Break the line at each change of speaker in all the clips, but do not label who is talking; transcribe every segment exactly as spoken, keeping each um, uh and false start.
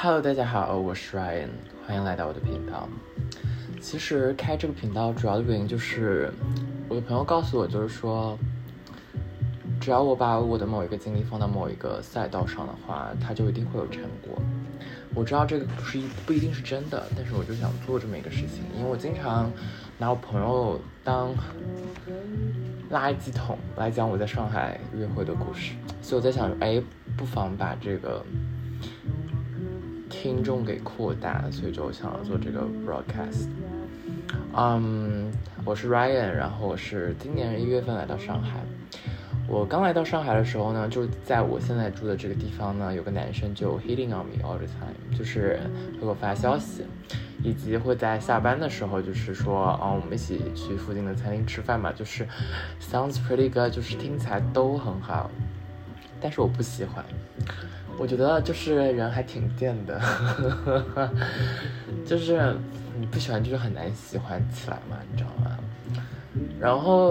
Hello， 大家好，我是 Ryan， 欢迎来到我的频道。其实开这个频道主要的原因就是我的朋友告诉我，就是说只要我把我的某一个精力放到某一个赛道上的话，它就一定会有成果。我知道这个不是不一定是真的，但是我就想做这么一个事情，因为我经常拿我朋友当垃圾桶来讲我在上海约会的故事，所以我在想，哎，不妨把这个听众给扩大，所以就想要做这个 broadcast。嗯，我是 Ryan， 然后我是今年一月份来到上海。我刚来到上海的时候呢，就是在我现在住的这个地方呢，有个男生就 hitting on me all the time， 就是会给我发消息，以及会在下班的时候就是说，啊、哦，我们一起去附近的餐厅吃饭嘛，就是 sounds pretty good， 就是听起来都很好，但是我不喜欢。我觉得就是人还挺贱的，就是你不喜欢就是很难喜欢起来嘛，你知道吗？然后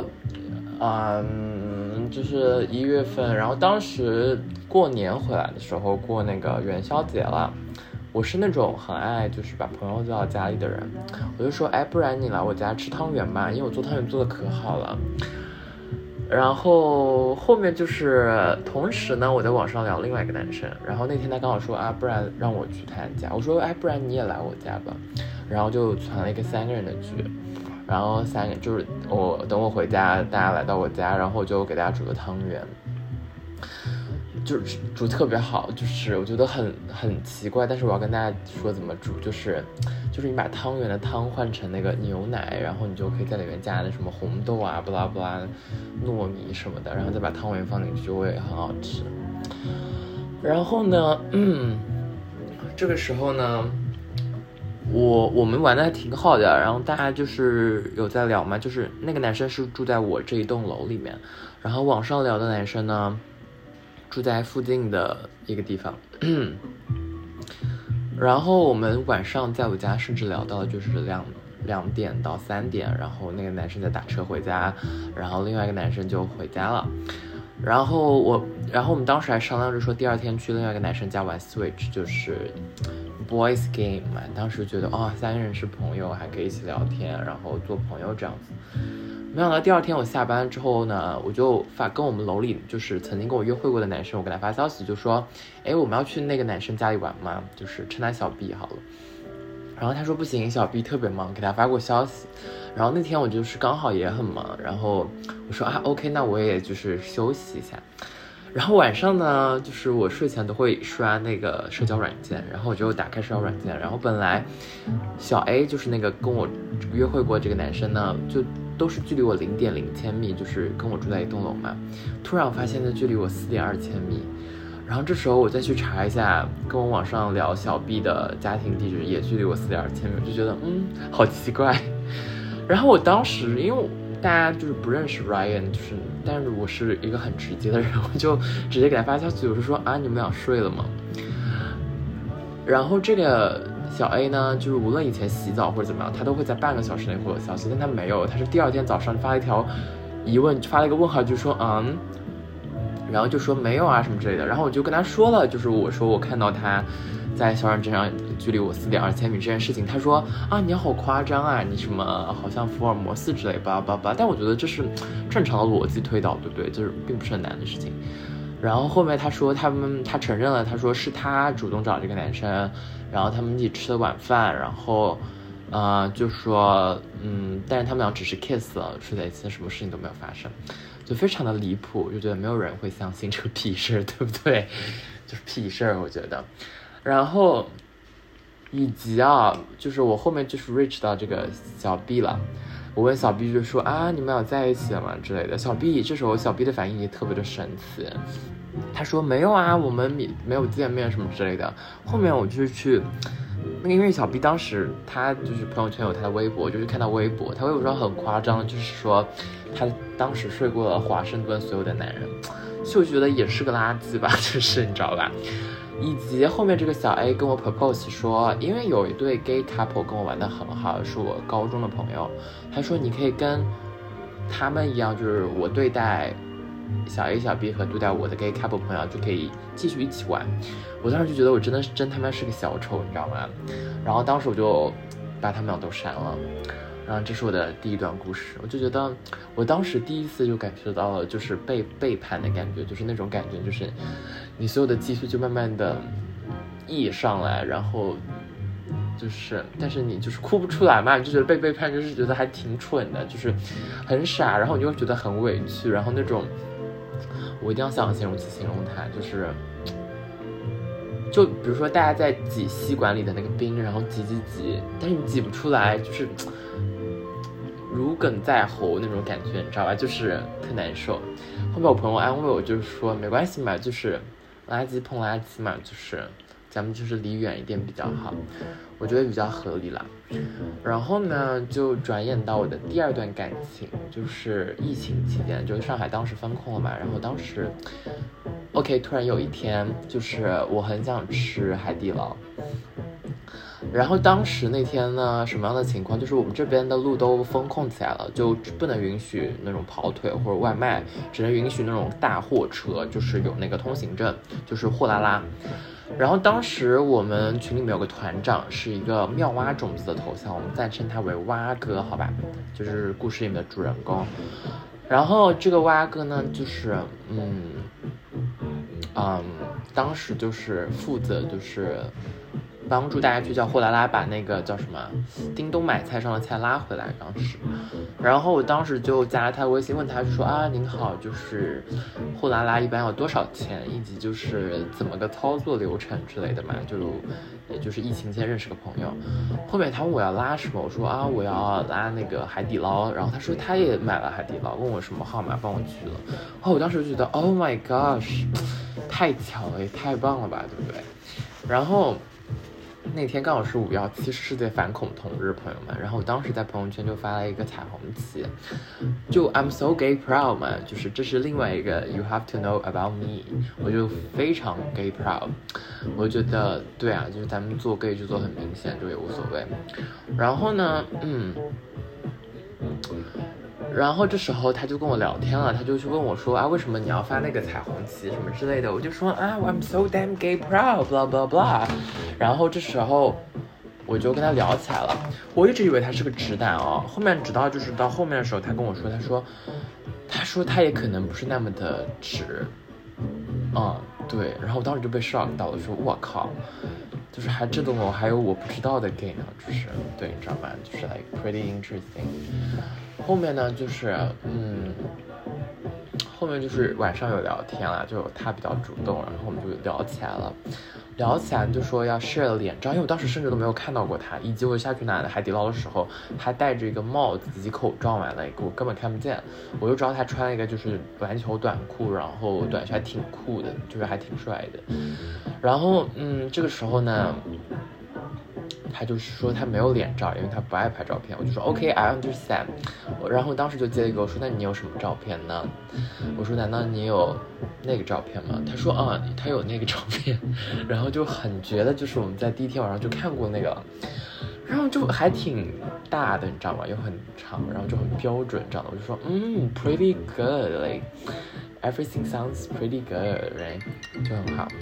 嗯，就是一月份，然后当时过年回来的时候，过那个元宵节了。我是那种很爱就是把朋友叫到家里的人，我就说，哎，不然你来我家吃汤圆吧，因为我做汤圆做的可好了。然后后面就是同时呢，我在网上聊另外一个男生，然后那天他刚好说啊，不然让我去他家，我说，哎，不然你也来我家吧，然后就传了一个三个人的局。然后三个就是我等我回家，大家来到我家，然后我就给大家煮个汤圆，就是煮特别好，就是我觉得很很奇怪，但是我要跟大家说怎么煮，就是就是你把汤圆的汤换成那个牛奶，然后你就可以在里面加那什么红豆啊、不拉不拉、糯米什么的，然后再把汤圆放进去，就会很好吃。然后呢，嗯，这个时候呢。我我们玩的还挺好的，然后大家就是有在聊嘛，就是那个男生是住在我这一栋楼里面，然后网上聊的男生呢住在附近的一个地方，然后我们晚上在我家甚至聊到就是两两点到三点，然后那个男生在打车回家，然后另外一个男生就回家了，然后我然后我们当时还商量着说第二天去另外一个男生家玩 Switch， 就是Boys Game 嘛，当时觉得哦，三个人是朋友，还可以一起聊天，然后做朋友这样子。没想到第二天我下班之后呢，我就发跟我们楼里就是曾经跟我约会过的男生，我给他发消息就说，哎，我们要去那个男生家里玩吗？就是称他小 B 好了。然后他说不行，小 B 特别忙，给他发过消息。然后那天我就是刚好也很忙，然后我说啊 OK， 那我也就是休息一下。然后晚上呢，就是我睡前都会刷那个社交软件，然后我就打开社交软件，然后本来小 A 就是那个跟我约会过这个男生呢，就都是距离我零点零千米，就是跟我住在一栋楼嘛。突然我发现他距离我四点二千米，然后这时候我再去查一下，跟我网上聊小 B 的家庭地址也距离我四点二千米，我就觉得嗯，好奇怪。然后我当时因为大家就是不认识 Ryan， 就是，但是我是一个很直接的人，我就直接给他发消息，我就说啊，你们俩睡了吗？然后这个小 A 呢，就是无论以前洗澡或者怎么样，他都会在半个小时内回我消息，但他没有，他是第二天早上发了一条疑问，发了一个问号，就说嗯，然后就说没有啊什么之类的，然后我就跟他说了，就是我说我看到他在小软件上距离我四点二千米这件事情，他说啊你好夸张啊，你什么好像福尔摩斯之类巴拉巴拉，但我觉得这是正常的逻辑推导，对不对？就是并不是很难的事情。然后后面他说他们他承认了，他说是他主动找这个男生，然后他们一起吃了晚饭，然后呃就说嗯，但是他们俩只是 kiss 了，睡在一起，什么事情都没有发生，就非常的离谱，就觉得没有人会相信这个屁事，对不对？就是屁事儿，我觉得。然后以及啊，就是我后面就是 reach 到这个小 B 了，我问小 B 就说啊，你们俩在一起了吗之类的。小 B 这时候小 B 的反应也特别的神奇，他说没有啊，我们没有见面什么之类的。后面我就是去那个，因为小 B 当时他就是朋友圈有他的微博，就是看到微博，他微博上很夸张，就是说他当时睡过了华盛顿所有的男人，就觉得也是个垃圾吧，就是你知道吧。以及后面这个小 A 跟我 propose 说，因为有一对 gay couple 跟我玩得很好，是我高中的朋友，他说你可以跟他们一样，就是我对待小 A 小 B 和对待我的 gay couple 朋友就可以继续一起玩。我当时就觉得我真的是真他妈是个小丑，你知道吗？然后当时我就把他们俩都删了。然后这是我的第一段故事，我就觉得我当时第一次就感觉到了就是被背叛的感觉，就是那种感觉，就是你所有的积蓄就慢慢的溢上来，然后就是但是你就是哭不出来嘛，你就觉得被背叛，就是觉得还挺蠢的，就是很傻，然后你又觉得很委屈，然后那种我一定要想形容词形容它，就是就比如说大家在挤吸管里的那个冰，然后挤挤挤，但是你挤不出来，就是如鲠在喉那种感觉，你知道吧？就是特难受。后面我朋友安慰我，就是说没关系嘛，就是垃圾碰垃圾嘛，就是咱们就是离远一点比较好，我觉得比较合理啦。然后呢，就转眼到我的第二段感情，就是疫情期间，就是上海当时封控了嘛，然后当时 OK 突然有一天，就是我很想吃海底捞。然后当时那天呢，什么样的情况？就是我们这边的路都封控起来了，就不能允许那种跑腿或者外卖，只能允许那种大货车，就是有那个通行证，就是货拉拉。然后当时我们群里面有个团长，是一个妙蛙种子的头像，我们暂称他为蛙哥，好吧？就是故事里面的主人公。然后这个蛙哥呢，就是嗯嗯，当时就是负责就是帮助大家去叫货拉拉把那个叫什么叮咚买菜上的菜拉回来。当时，然后我当时就加了他微信，问他说啊，您好，就是货拉拉一般要多少钱，以及就是怎么个操作流程之类的嘛，就也就是疫情前认识个朋友。后面他问我要拉什么，我说啊我要拉那个海底捞，然后他说他也买了海底捞，问我什么号码帮我去了。然后我当时就觉得 Oh my gosh， 太巧了，也太棒了吧，对不对？然后那天刚好是五幺七世界反恐同日，朋友们，然后我当时在朋友圈就发了一个彩虹旗，就 I'm so gay proud 嘛，就是这是另外一个 You have to know about me， 我就非常 gay proud， 我觉得对啊，就是咱们做 gay 就做很明显，就也无所谓。然后呢，嗯。然后这时候他就跟我聊天了，他就去问我说啊，为什么你要发那个彩虹旗什么之类的？我就说啊 ，I'm so damn gay proud blah blah blah。然后这时候我就跟他聊起来了，我一直以为他是个直男哦，后面直到就是到后面的时候，他跟我说，他说，他说他也可能不是那么的直，嗯，对。然后我当时就被 shock 到了，说我靠。就是还这种我还有我不知道的 gay 呢，就是对，你知道吗？就是 like pretty interesting。后面呢，就是嗯，后面就是晚上有聊天了，就他比较主动，然后我们就聊起来了。聊起来就说要 share 脸照，因为我当时甚至都没有看到过他，以及我下去拿海底捞的时候，他戴着一个帽子以及口罩嘛，那个我根本看不见。我就知道他穿了一个就是篮球短裤，然后短袖还挺酷的，就是还挺帅的。然后嗯，这个时候呢，他就是说他没有脸照，因为他不爱拍照片。我就说 OK I understand。然后当时就接了一个，我说那你有什么照片呢？我说难道你有那个照片吗？他说啊、嗯，他有那个照片。然后就很觉得就是我们在第一天晚上就看过那个了，然后就还挺大的，你知道吗？又很长，然后就很标准，这样的。我就说嗯 pretty good like everything sounds pretty good right， 就很好。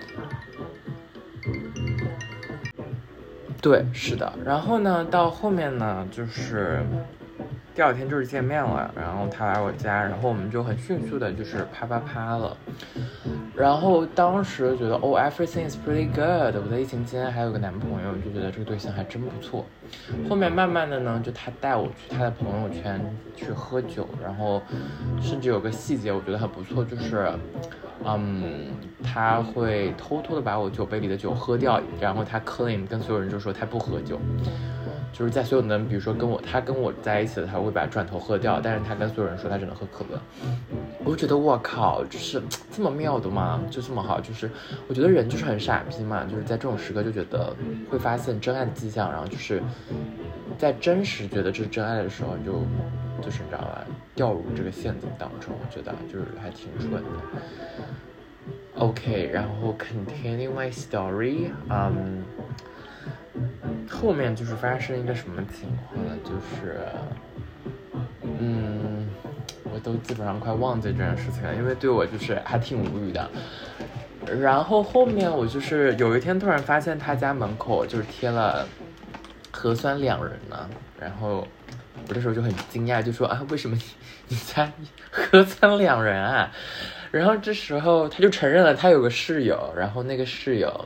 对，是的。然后呢，到后面呢，就是第二天就是见面了，然后他来我家，然后我们就很迅速的就是啪啪啪了。然后当时觉得哦 everything is pretty good， 我在疫情期间还有个男朋友，就觉得这个对象还真不错。后面慢慢的呢，就他带我去他的朋友圈去喝酒，然后甚至有个细节我觉得很不错，就是嗯，他会偷偷的把我酒杯里的酒喝掉，然后他 claim 跟所有人就说他不喝酒，就是在所有人，比如说跟我他跟我在一起的，他会把转头喝掉，但是他跟所有人说他只能喝可乐。我就觉得我靠，就是这么妙的吗？就这么好，就是我觉得人就是很傻逼嘛，就是在这种时刻就觉得会发现真爱的迹象，然后就是在真实觉得这是真爱的时候，你就就是你知道吧，掉入这个陷阱当中，我觉得就是还挺蠢的。OK， 然后 continue my story， 嗯、um, 后面就是发生一个什么情况呢？就是，嗯，我我都基本上快忘记这件事情了，因为对我就是还挺无语的。然后后面我就是有一天突然发现他家门口就是贴了核酸两人呢，然后我这时候就很惊讶，就说啊，为什么你你家核酸两人啊？然后这时候他就承认了他有个室友，然后那个室友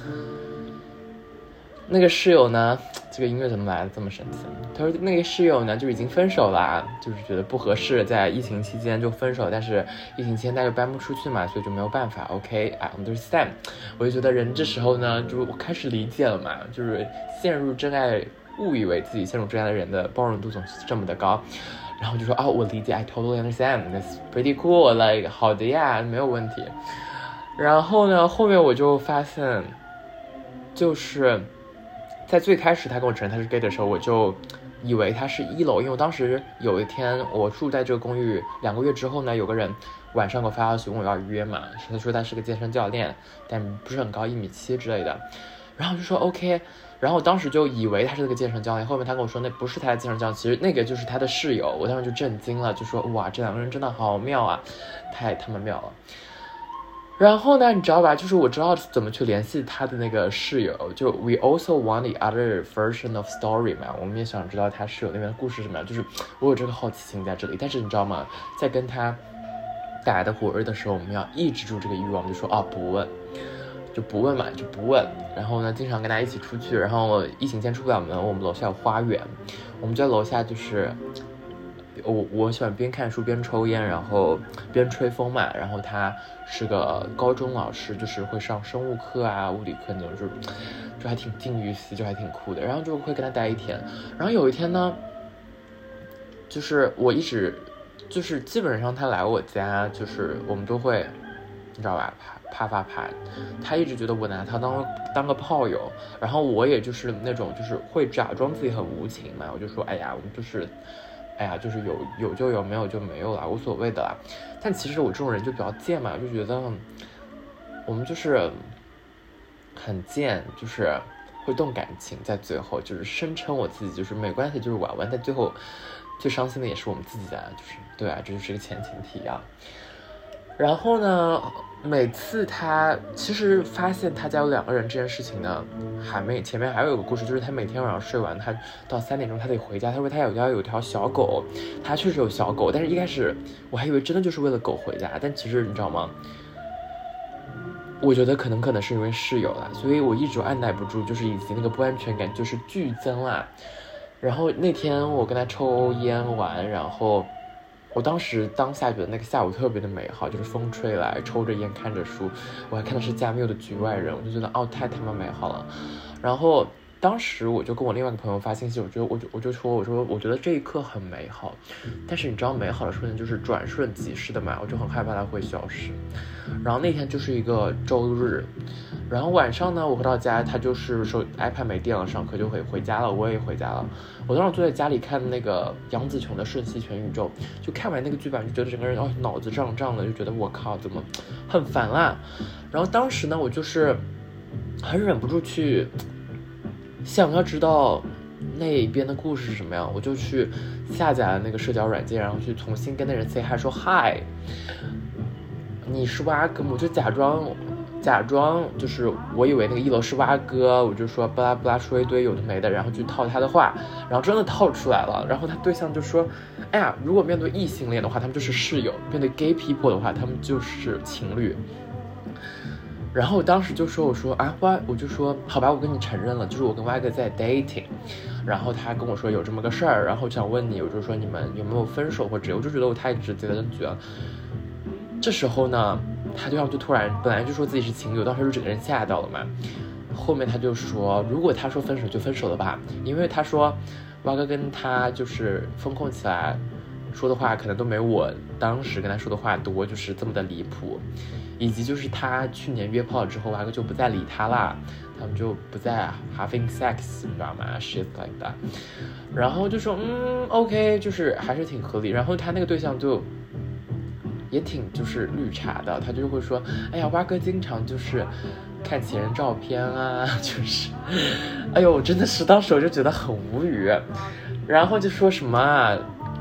那个室友呢，这个音乐怎么来的这么神奇？他说那个室友呢就已经分手了，就是觉得不合适，在疫情期间就分手，但是疫情期间他又搬不出去嘛，所以就没有办法。OK， I understand。我就觉得人这时候呢，就我开始理解了嘛，就是陷入真爱，误以为自己陷入真爱的人的包容度总是这么的高。然后就说啊，我理解 ，I totally understand，that's pretty cool，like 好的呀，没有问题。然后呢，后面我就发现，就是在最开始他跟我承认他是 gay 的时候，我就以为他是一楼，因为我当时有一天我住在这个公寓两个月之后呢，有个人晚上给我发消息问我要约嘛，他说他是个健身教练，但不是很高，一米七之类的。然后我就说 OK， 然后我当时就以为他是那个健身教练，后面他跟我说那不是他的健身教练，其实那个就是他的室友。我当时就震惊了，就说哇，这两个人真的好妙啊，太他妈妙了。然后呢，你知道吧，就是我知道怎么去联系他的那个室友，就 we also want the other version of story 嘛，我们也想知道他室友那边的故事是什么样，就是我有这个好奇心在这里。但是你知道吗，在跟他打的火热的时候，我们要抑制住这个欲望，就说啊不问，就不问嘛，就不问。然后呢，经常跟他一起出去，然后疫情前出不了门，我们楼下有花园，我们在楼下就是我我喜欢边看书边抽烟，然后边吹风嘛。然后他是个高中老师，就是会上生物课啊、物理课那种，就就还挺近于死，就还挺酷的。然后就会跟他待一天。然后有一天呢，就是我一直就是基本上他来我家，就是我们都会，你知道吧，啪啪啪，他一直觉得我拿他当当个炮友，然后我也就是那种就是会假装自己很无情嘛，我就说哎呀，我们就是。哎呀，就是有有就有，没有就没有啦，无所谓的啦。但其实我这种人就比较贱嘛，就觉得我们就是很贱，就是会动感情，在最后就是声称我自己就是没关系，就是玩玩，但最后最伤心的也是我们自己啊，就是对啊，这就是个前情提要。然后呢，每次他其实发现他家有两个人这件事情呢，还没前面还有一个故事，就是他每天晚上睡完，他到三点钟他得回家。他说他有家有条小狗，他确实有小狗，但是一开始我还以为真的就是为了狗回家，但其实你知道吗？我觉得可能可能是因为室友啦，所以我一直按耐不住，就是以及那个不安全感就是剧增啦。然后那天我跟他抽烟完，然后。我当时当下觉得那个下午特别的美好，就是风吹来，抽着烟看着书，我还看的是加缪的《局外人》，我就觉得哦太他妈美好了。然后当时我就跟我另外一个朋友发信息，我觉得我就我就说我说我觉得这一刻很美好，但是你知道美好的瞬间就是转瞬即逝的嘛，我就很害怕它会消失。然后那天就是一个周日，然后晚上呢我回到家，他就是说 iPad 没电了，上课就回回家了，我也回家了。我当时坐在家里看那个杨紫琼的《瞬息全宇宙》，就看完那个剧版，就觉得整个人哦脑子胀胀的，就觉得我靠怎么很烦啦。然后当时呢我就是很忍不住去想要知道那边的故事是什么样，我就去下载了那个社交软件，然后去重新跟那人 say hi 说 hi， 你是蛙哥吗？我就假装假装就是我以为那个一楼是蛙哥，我就说巴拉巴拉说一堆有的没的，然后去套他的话，然后真的套出来了。然后他对象就说哎呀，如果面对异性恋的话他们就是室友，面对 gay people 的话他们就是情侣。然后我当时就说我说啊蛙，我就说好吧，我跟你承认了，就是我跟蛙哥在 dating， 然后他跟我说有这么个事儿，然后想问你，我就说你们有没有分手或者，我就觉得我太直接了，就觉得这时候呢他对象就突然本来就说自己是情侣，当时就整个人吓到了嘛。后面他就说如果他说分手就分手了吧，因为他说蛙哥跟他就是风控起来说的话可能都没我当时跟他说的话多，就是这么的离谱，以及就是他去年约炮了之后蛙哥就不再理他啦，他们就不再 having sex， 你知道吗 shit like that。 然后就说嗯 OK， 就是还是挺合理。然后他那个对象就也挺就是绿茶的，他就会说哎呀蛙哥经常就是看前任照片啊，就是哎呦真的是当时我就觉得很无语。然后就说什么啊，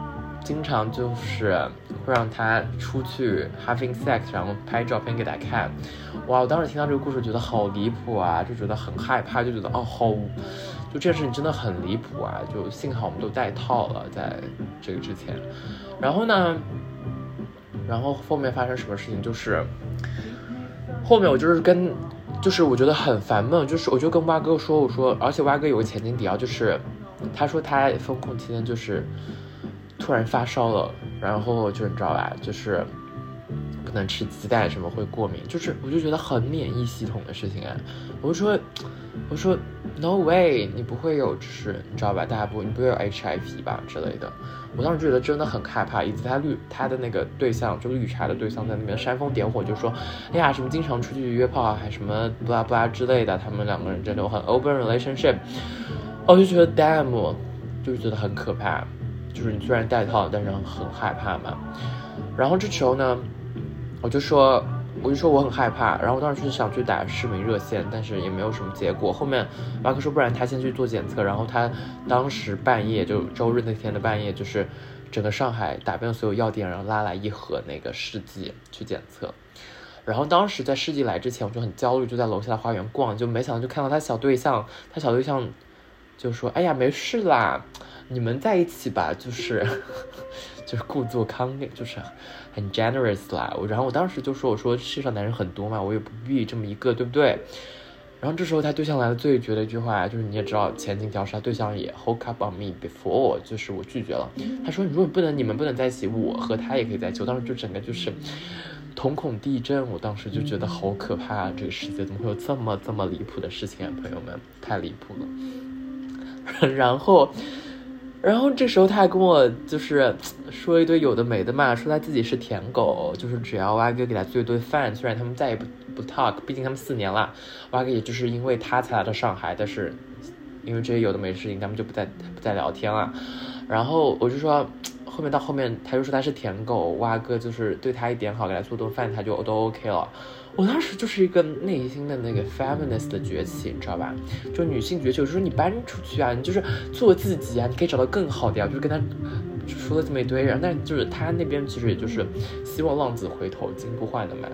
经常就是会让他出去 having sex， 然后拍照片给他看。哇，我当时听到这个故事觉得好离谱啊，就觉得很害怕，就觉得哦好，就这件事情真的很离谱啊，就幸好我们都戴套了在这个之前。然后呢然后后面发生什么事情，就是后面我就是跟就是我觉得很烦闷，就是我就跟蛙哥说，我说而且蛙哥有个前情提要，就是他说他封控期间就是突然发烧了，然后就你知道吧，就是不能吃鸡蛋什么会过敏，就是我就觉得很免疫系统的事情啊。我就说我说 no way， 你不会有就是你知道吧，大家不你不会有 H I V 吧之类的。我当时觉得真的很害怕，以及他绿他的那个对象就绿茶的对象在那边煽风点火，就说哎呀什么经常出去约炮啊，还什么不啦不啦之类的，他们两个人真的很 open relationship。我就觉得 damn， 就是觉得很可怕，就是你虽然戴套但是很害怕嘛。然后这时候呢我就说我就说我很害怕，然后我当时就是想去打市民热线，但是也没有什么结果。后面蛙哥说不然他先去做检测，然后他当时半夜就周日那天的半夜，就是整个上海打遍所有药店，然后拉来一盒那个试剂去检测。然后当时在试剂来之前我就很焦虑，就在楼下的花园逛，就没想到就看到他小对象他小对象就说哎呀没事啦，你们在一起吧，就是就是故作康就是很 generous 啦。然后我当时就说我说世上男人很多嘛，我也不必这么一个，对不对？然后这时候他对象来了最绝的一句话，就是你也知道前情调是他对象也 hook up on me before， 就是我拒绝了。他说如果不能你们不能在一起，我和他也可以在一起。我当时就整个就是瞳孔地震，我当时就觉得好可怕啊，这个世界怎么会有这么这么离谱的事情啊，朋友们，太离谱了。然后然后这时候他还跟我就是说一堆有的没的嘛，说他自己是舔狗，就是只要蛙哥给他做一顿饭，虽然他们再也不不 talk， 毕竟他们四年了，蛙哥也就是因为他才来到上海，但是因为这些有的没的事情他们就不再不再聊天了。然后我就说后面到后面他就说他是舔狗，蛙哥就是对他一点好，给他做顿饭他就都 OK 了。我当时就是一个内心的那个 feminist 的崛起，你知道吧，就女性崛起。我就说你搬出去啊，你就是做自己啊，你可以找到更好的呀，就是跟他说了这么一堆人，但就是他那边其实也就是希望浪子回头金不换的嘛。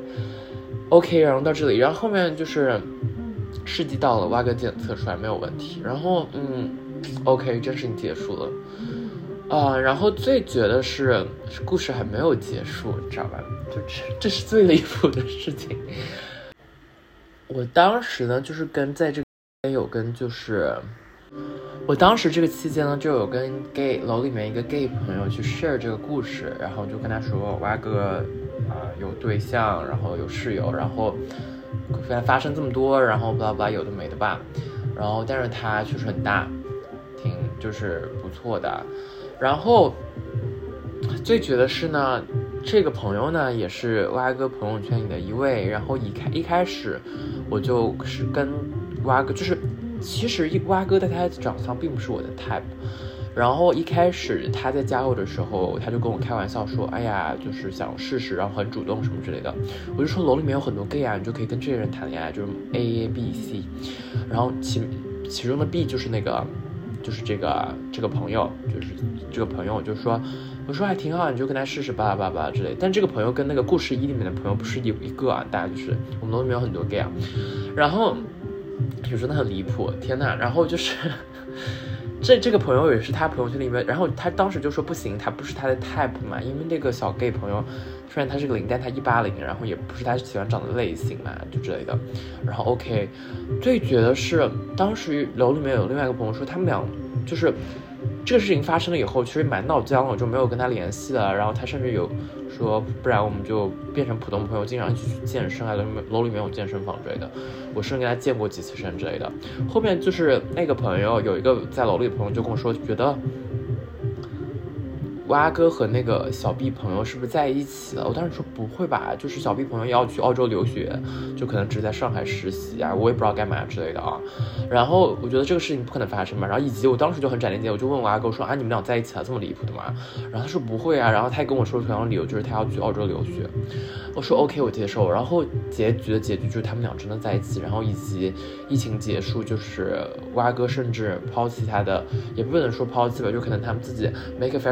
OK， 然后到这里，然后后面就是试剂到了，蛙哥检测出来没有问题，然后嗯 OK 这事情结束了啊、呃，然后最绝的是故事还没有结束，你知道吧，就这这是最离谱的事情。我当时呢就是跟在这个有跟就是我当时这个期间呢就有跟 gay 楼里面一个 gay 朋友去 share 这个故事，然后就跟他说蛙哥啊、呃、有对象，然后有室友，然后虽然发生这么多，然后巴拉巴拉有的没的吧，然后但是他确实很大，挺就是不错的。然后最绝的是呢，这个朋友呢也是蛙哥朋友圈里的一位，然后一开一开始我就是跟蛙哥就是其实蛙哥的他的长相并不是我的 type， 然后一开始他在加我的时候他就跟我开玩笑说哎呀就是想试试，然后很主动什么之类的。我就说楼里面有很多 gay 啊，你就可以跟这些人谈恋爱，就是 A A B C， 然后其其中的 B 就是那个就是这个这个朋友，就是这个朋友，我就说，我说还挺好，你就跟他试试巴拉巴拉之类的。但这个朋友跟那个故事一里面的朋友不是一一个啊，大家就是我们楼里面有很多 gay 啊，然后就真的很离谱，天哪！然后就是这这个朋友也是他朋友圈里面，然后他当时就说不行，他不是他的 type 嘛，因为那个小 gay 朋友虽然他是个零，但他一八零，然后也不是他喜欢长的类型嘛，就之类的。然后 OK， 最绝的是当时楼里面有另外一个朋友说他们俩就是这个事情发生了以后其实蛮闹僵了，我就没有跟他联系了。然后他甚至有说不然我们就变成普通朋友，经常一起去健身啊，楼里面有健身房之类的，我甚至跟他健过几次身之类的。后面就是那个朋友有一个在楼里的朋友就跟我说，觉得蛙哥和那个小 B 朋友是不是在一起了？我当时说不会吧，就是小 B 朋友要去澳洲留学，就可能只是在上海实习啊，我也不知道干嘛之类的啊。然后我觉得这个事情不可能发生嘛，然后以及我当时就很斩钉截铁，我就问蛙哥说啊，你们俩在一起了，这么离谱的吗？然后他说不会啊，然后他还跟我说同样的理由，就是他要去澳洲留学。我说 OK 我接受。然后结局的结局就是他们俩真的在一起，然后以及疫情结束，就是蛙哥甚至抛弃他的，也不能说抛弃吧，就可能他们自己 make a very wise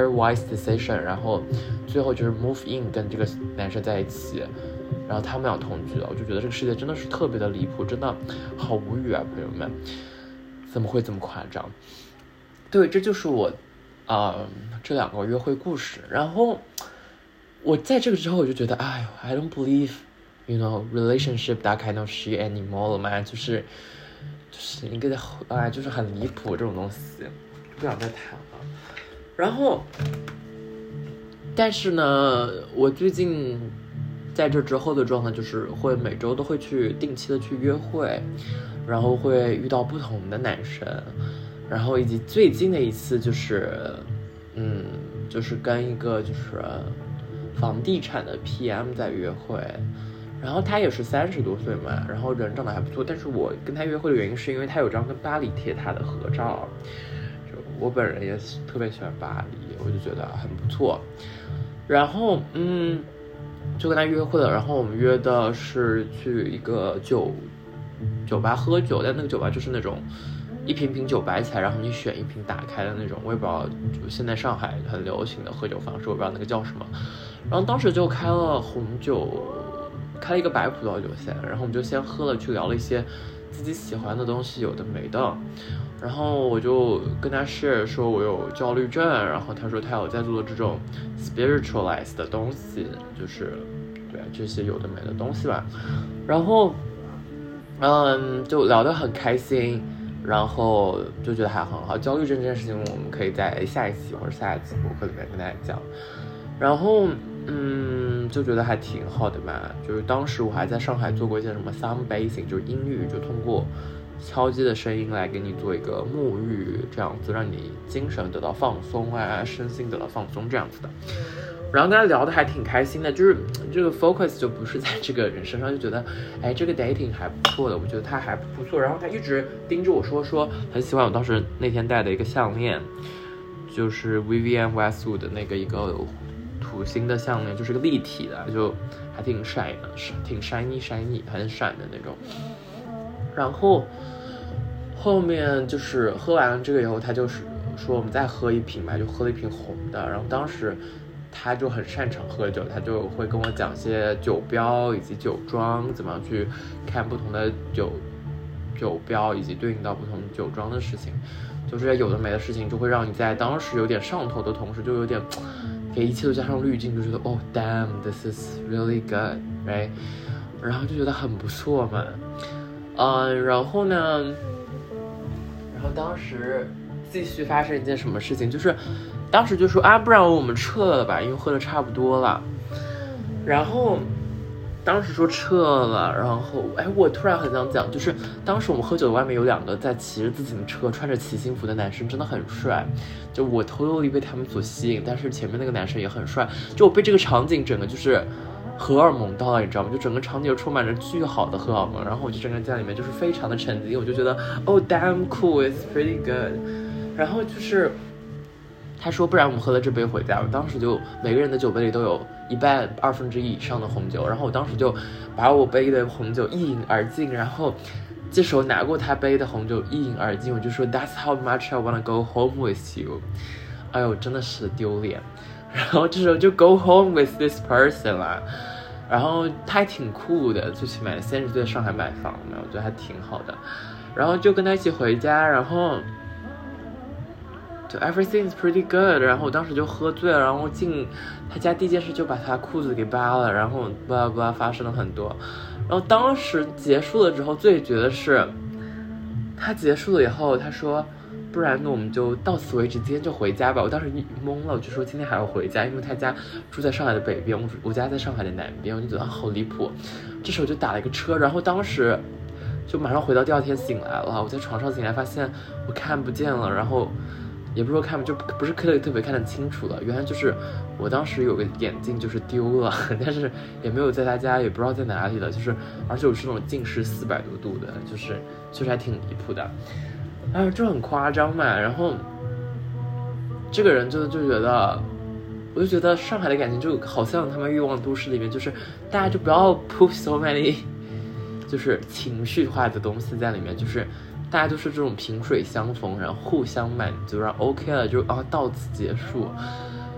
decision， 然后最后就是 move in 跟这个男生在一起，然后他们俩同居了。我就觉得这个世界真的是特别的离谱，真的好无语啊，朋友们，怎么会这么夸张？对，这就是我啊、呃、这两个约会故事。然后我在这个之后我就觉得，哎呦 I don't believe you know relationship that kind of shit anymore 了嘛，就是就是一个哎就是很离谱这种东西，不想再谈了。然后但是呢，我最近在这之后的状态就是会每周都会去定期的去约会，然后会遇到不同的男生，然后以及最近的一次就是嗯就是跟一个就是房地产的 P M 在约会，然后他也是三十多岁嘛，然后人长得还不错，但是我跟他约会的原因是因为他有张跟巴黎铁塔的合照，就我本人也特别喜欢巴黎，我就觉得很不错。然后嗯就跟他约会了，然后我们约的是去一个酒酒吧喝酒，但那个酒吧就是那种一瓶瓶酒摆起来，然后你选一瓶打开的那种，我也不知道，就现在上海很流行的喝酒方式，我不知道那个叫什么。然后当时就开了红酒，开了一个白葡萄酒先，然后我们就先喝了，去聊了一些自己喜欢的东西，有的没的。然后我就跟他 share 说我有焦虑症，然后他说他有在做这种 spiritualize 的东西，就是对这些有的没的东西吧。然后嗯就聊得很开心，然后就觉得还很好。焦虑症这件事情我们可以在下一期或者下一期博客里面跟大家讲。然后嗯就觉得还挺好的嘛，就是当时我还在上海做过一些什么 sound basing， 就是音域，就通过敲击的声音来给你做一个沐浴，这样子让你精神得到放松啊，身心得到放松这样子的。然后跟他聊的还挺开心的，就是这个 focus 就不是在这个人身上，就觉得哎这个 dating 还不错的，我觉得他还不错。然后他一直盯着我说说很喜欢我当时那天戴的一个项链，就是 Vivienne Westwood 的那个一个土星的项链，就是个立体的，就还挺闪的，挺 shiny shiny 很闪的那种。然后后面就是喝完了这个以后，他就是说我们再喝一瓶吧，就喝了一瓶红的。然后当时他就很擅长喝酒，他就会跟我讲些酒标以及酒庄，怎么样去看不同的酒酒标以及对应到不同酒庄的事情，就是有的没的事情，就会让你在当时有点上头的同时，就有点给一切都加上滤镜，就觉得哦 damn this is really good right， 然后就觉得很不错嘛。嗯，然后呢然后当时继续发生一件什么事情，就是当时就说啊不然我们撤了吧，因为喝的差不多了。然后当时说撤了，然后哎我突然很想讲，就是当时我们喝酒外面有两个在骑着自行车穿着骑行服的男生，真的很帅，就我totally被他们所吸引，但是前面那个男生也很帅，就我被这个场景整个就是荷尔蒙到了，你知道吗？就整个场景充满着巨好的荷尔蒙，然后我就整个在里面就是非常的沉浸，我就觉得oh damn cool it's pretty good。 然后就是他说不然我们喝了这杯回家，我当时就每个人的酒杯里都有一半二分之一以上的红酒，然后我当时就把我杯的红酒一饮而尽，然后这时候拿过他杯的红酒一饮而尽，我就说 That's how much I wanna go home with you。 哎呦真的是丢脸。然后这时候就 go home with this person 啦，然后他还挺酷的，最起码三十岁在上海买房嘛，我觉得还挺好的。然后就跟他一起回家，然后就 everything is pretty good。 然后我当时就喝醉了，然后进他家第一件事就把他裤子给扒了，然后巴拉巴拉发生了很多。然后当时结束了之后最绝的是他结束了以后他说不然呢我们就到此为止，今天就回家吧。我当时懵了，我就说今天还要回家，因为他家住在上海的北边，我家在上海的南边，我就觉得、啊、好离谱。这时候就打了一个车，然后当时就马上回到第二天醒来了，我在床上醒来发现我看不见了，然后也不是说看不就不是特别特别看得清楚了，原来就是我当时有个眼镜就是丢了，但是也没有在他家，也不知道在哪里了，就是而且我是那种近视四百多度的，就是确实还挺离谱的。哎，就很夸张嘛。然后这个人就就觉得，我就觉得上海的感情就好像他们欲望都市里面，就是大家就不要 put so many 就是情绪化的东西在里面，就是大家都是这种萍水相逢，然后互相满足，然后 OK 了就啊到此结束。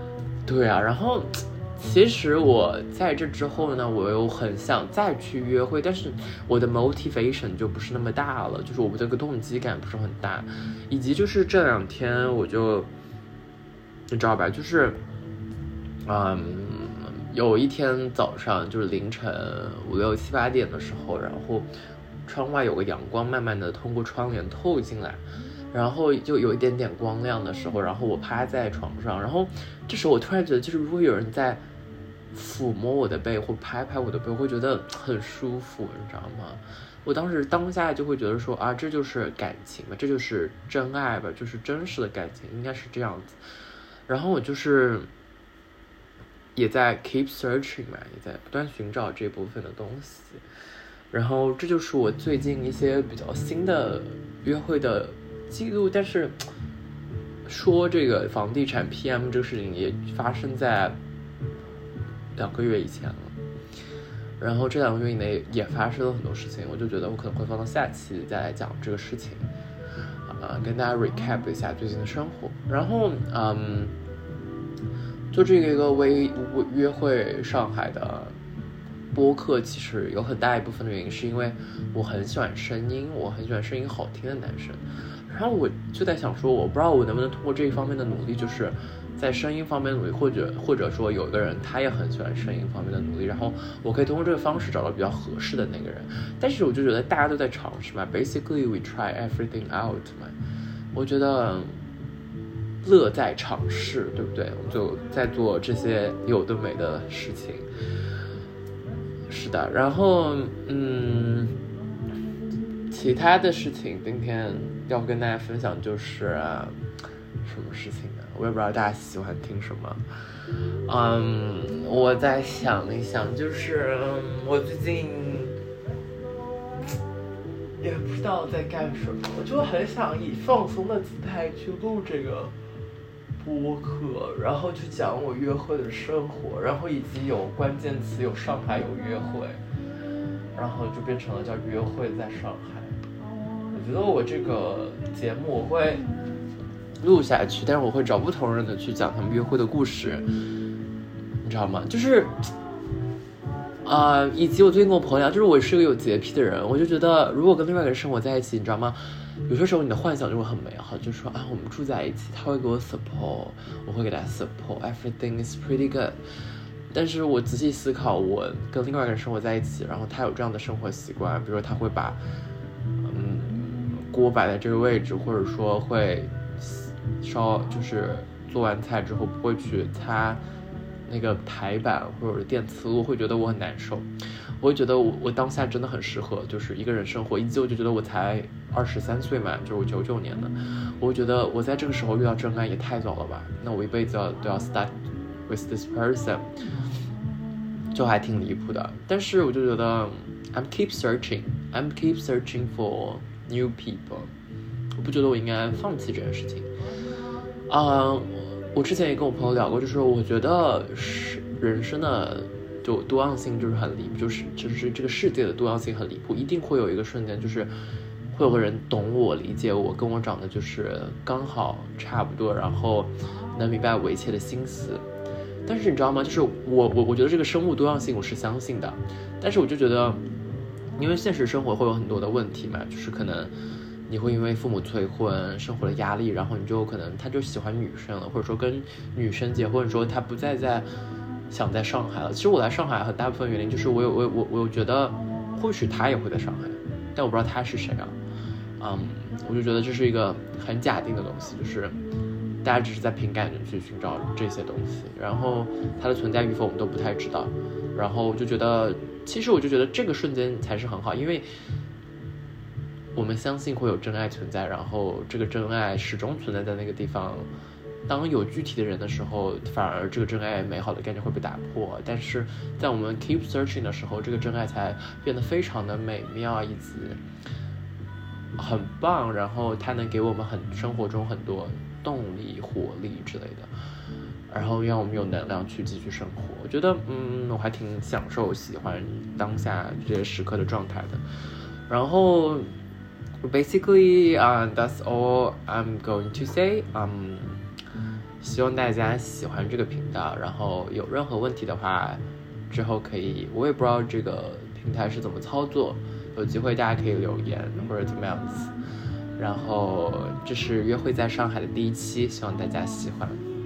对啊，然后其实我在这之后呢，我又很想再去约会，但是我的 motivation 就不是那么大了，就是我这个动机感不是很大，以及就是这两天我就你知道吧，就是嗯有一天早上就是凌晨五六七八点的时候，然后窗外有个阳光慢慢的通过窗帘透进来，然后就有一点点光亮的时候，然后我趴在床上，然后这时候我突然觉得，就是如果有人在抚摸我的背或拍拍我的背，我会觉得很舒服，你知道吗？我当时当下就会觉得说啊，这就是感情吧，这就是真爱吧，就是真实的感情，应该是这样子。然后我就是也在 keep searching 嘛，也在不断寻找这部分的东西。然后这就是我最近一些比较新的约会的记录，但是说这个房地产 P M 这个事情也发生在两个月以前了，然后这两个月以内也发生了很多事情，我就觉得我可能会放到下期再来讲这个事情，啊、呃，跟大家 recap 一下最近的生活。然后，嗯，做这个一个微约会上海的播客，其实有很大一部分的原因是因为我很喜欢声音，我很喜欢声音好听的男生。然后我就在想说，我不知道我能不能通过这一方面的努力，就是在声音方面努力，或者或者说有一个人他也很喜欢声音方面的努力，然后我可以通过这个方式找到比较合适的那个人。但是我就觉得大家都在尝试嘛 ，basically we try everything out 嘛，我觉得乐在尝试，对不对？我们就在做这些有的没的事情。是的，然后嗯，其他的事情今天要跟大家分享就是、啊、什么事情呢？我也不知道大家喜欢听什么。嗯，我再想一想，就是、嗯、我最近也不知道在干什么，我就很想以放松的姿态去录这个播客，然后去讲我约会的生活，然后以及有关键词有上海有约会，然后就变成了叫约会在上海。我觉得我这个节目我会录下去，但是我会找不同人的去讲他们约会的故事，你知道吗？就是啊、呃，以及我最近跟我朋友聊，就是我是个有洁癖的人，我就觉得如果跟另外一个人生活在一起，你知道吗？有些时候你的幻想就会很美好，就说啊，我们住在一起，他会给我 support， 我会给他 support，everything is pretty good。但是我仔细思考，我跟另外一个人生活在一起，然后他有这样的生活习惯，比如说他会把嗯锅摆在这个位置，或者说会烧，就是做完菜之后不会去擦那个台板或者电磁炉，会觉得我很难受。我会觉得我我当下真的很适合就是一个人生活，以及我就觉得我才二十三岁嘛，就是我九九年的，我会觉得我在这个时候遇到真爱也太早了吧，那我一辈子要都要 start with this person， 就还挺离谱的。但是我就觉得 I'm keep searching I'm keep searching for new people， 我不觉得我应该放弃这件事情。啊、uh, 我之前也跟我朋友聊过，就是我觉得是人生的就多样性就是很离谱，就是就是这个世界的多样性很离谱，一定会有一个瞬间，就是会有个人懂我、理解我，跟我长得就是刚好差不多，然后能明白我一切的心思。但是你知道吗？就是我我我觉得这个生物多样性我是相信的，但是我就觉得，因为现实生活会有很多的问题嘛，就是可能你会因为父母催婚、生活的压力，然后你就可能他就喜欢女生了，或者说跟女生结婚，说他不再在想在上海了。其实我来上海很大部分原因就是我有我我我有觉得或许他也会在上海，但我不知道他是谁啊。嗯，我就觉得这是一个很假定的东西，就是大家只是在凭感觉去寻找这些东西，然后它的存在与否我们都不太知道。然后我就觉得，其实我就觉得这个瞬间才是很好，因为我们相信会有真爱存在，然后这个真爱始终存在在那个地方。当有具体的人的时候，反而这个真爱美好的概念会被打破。但是在我们 keep searching 的时候，这个真爱才变得非常的美妙，以及很棒，然后它能给我们很生活中很多动力、活力之类的，然后让我们有能量去继续生活。我觉得，嗯，我还挺享受、喜欢当下这些时刻的状态的。然后 ，basically, uh, that's all I'm going to say. Um, 希望大家喜欢这个频道，然后有任何问题的话，之后可以，我也不知道这个平台是怎么操作，有机会大家可以留言或者怎么样子。然后这是约会在上海的第一期，希望大家喜欢。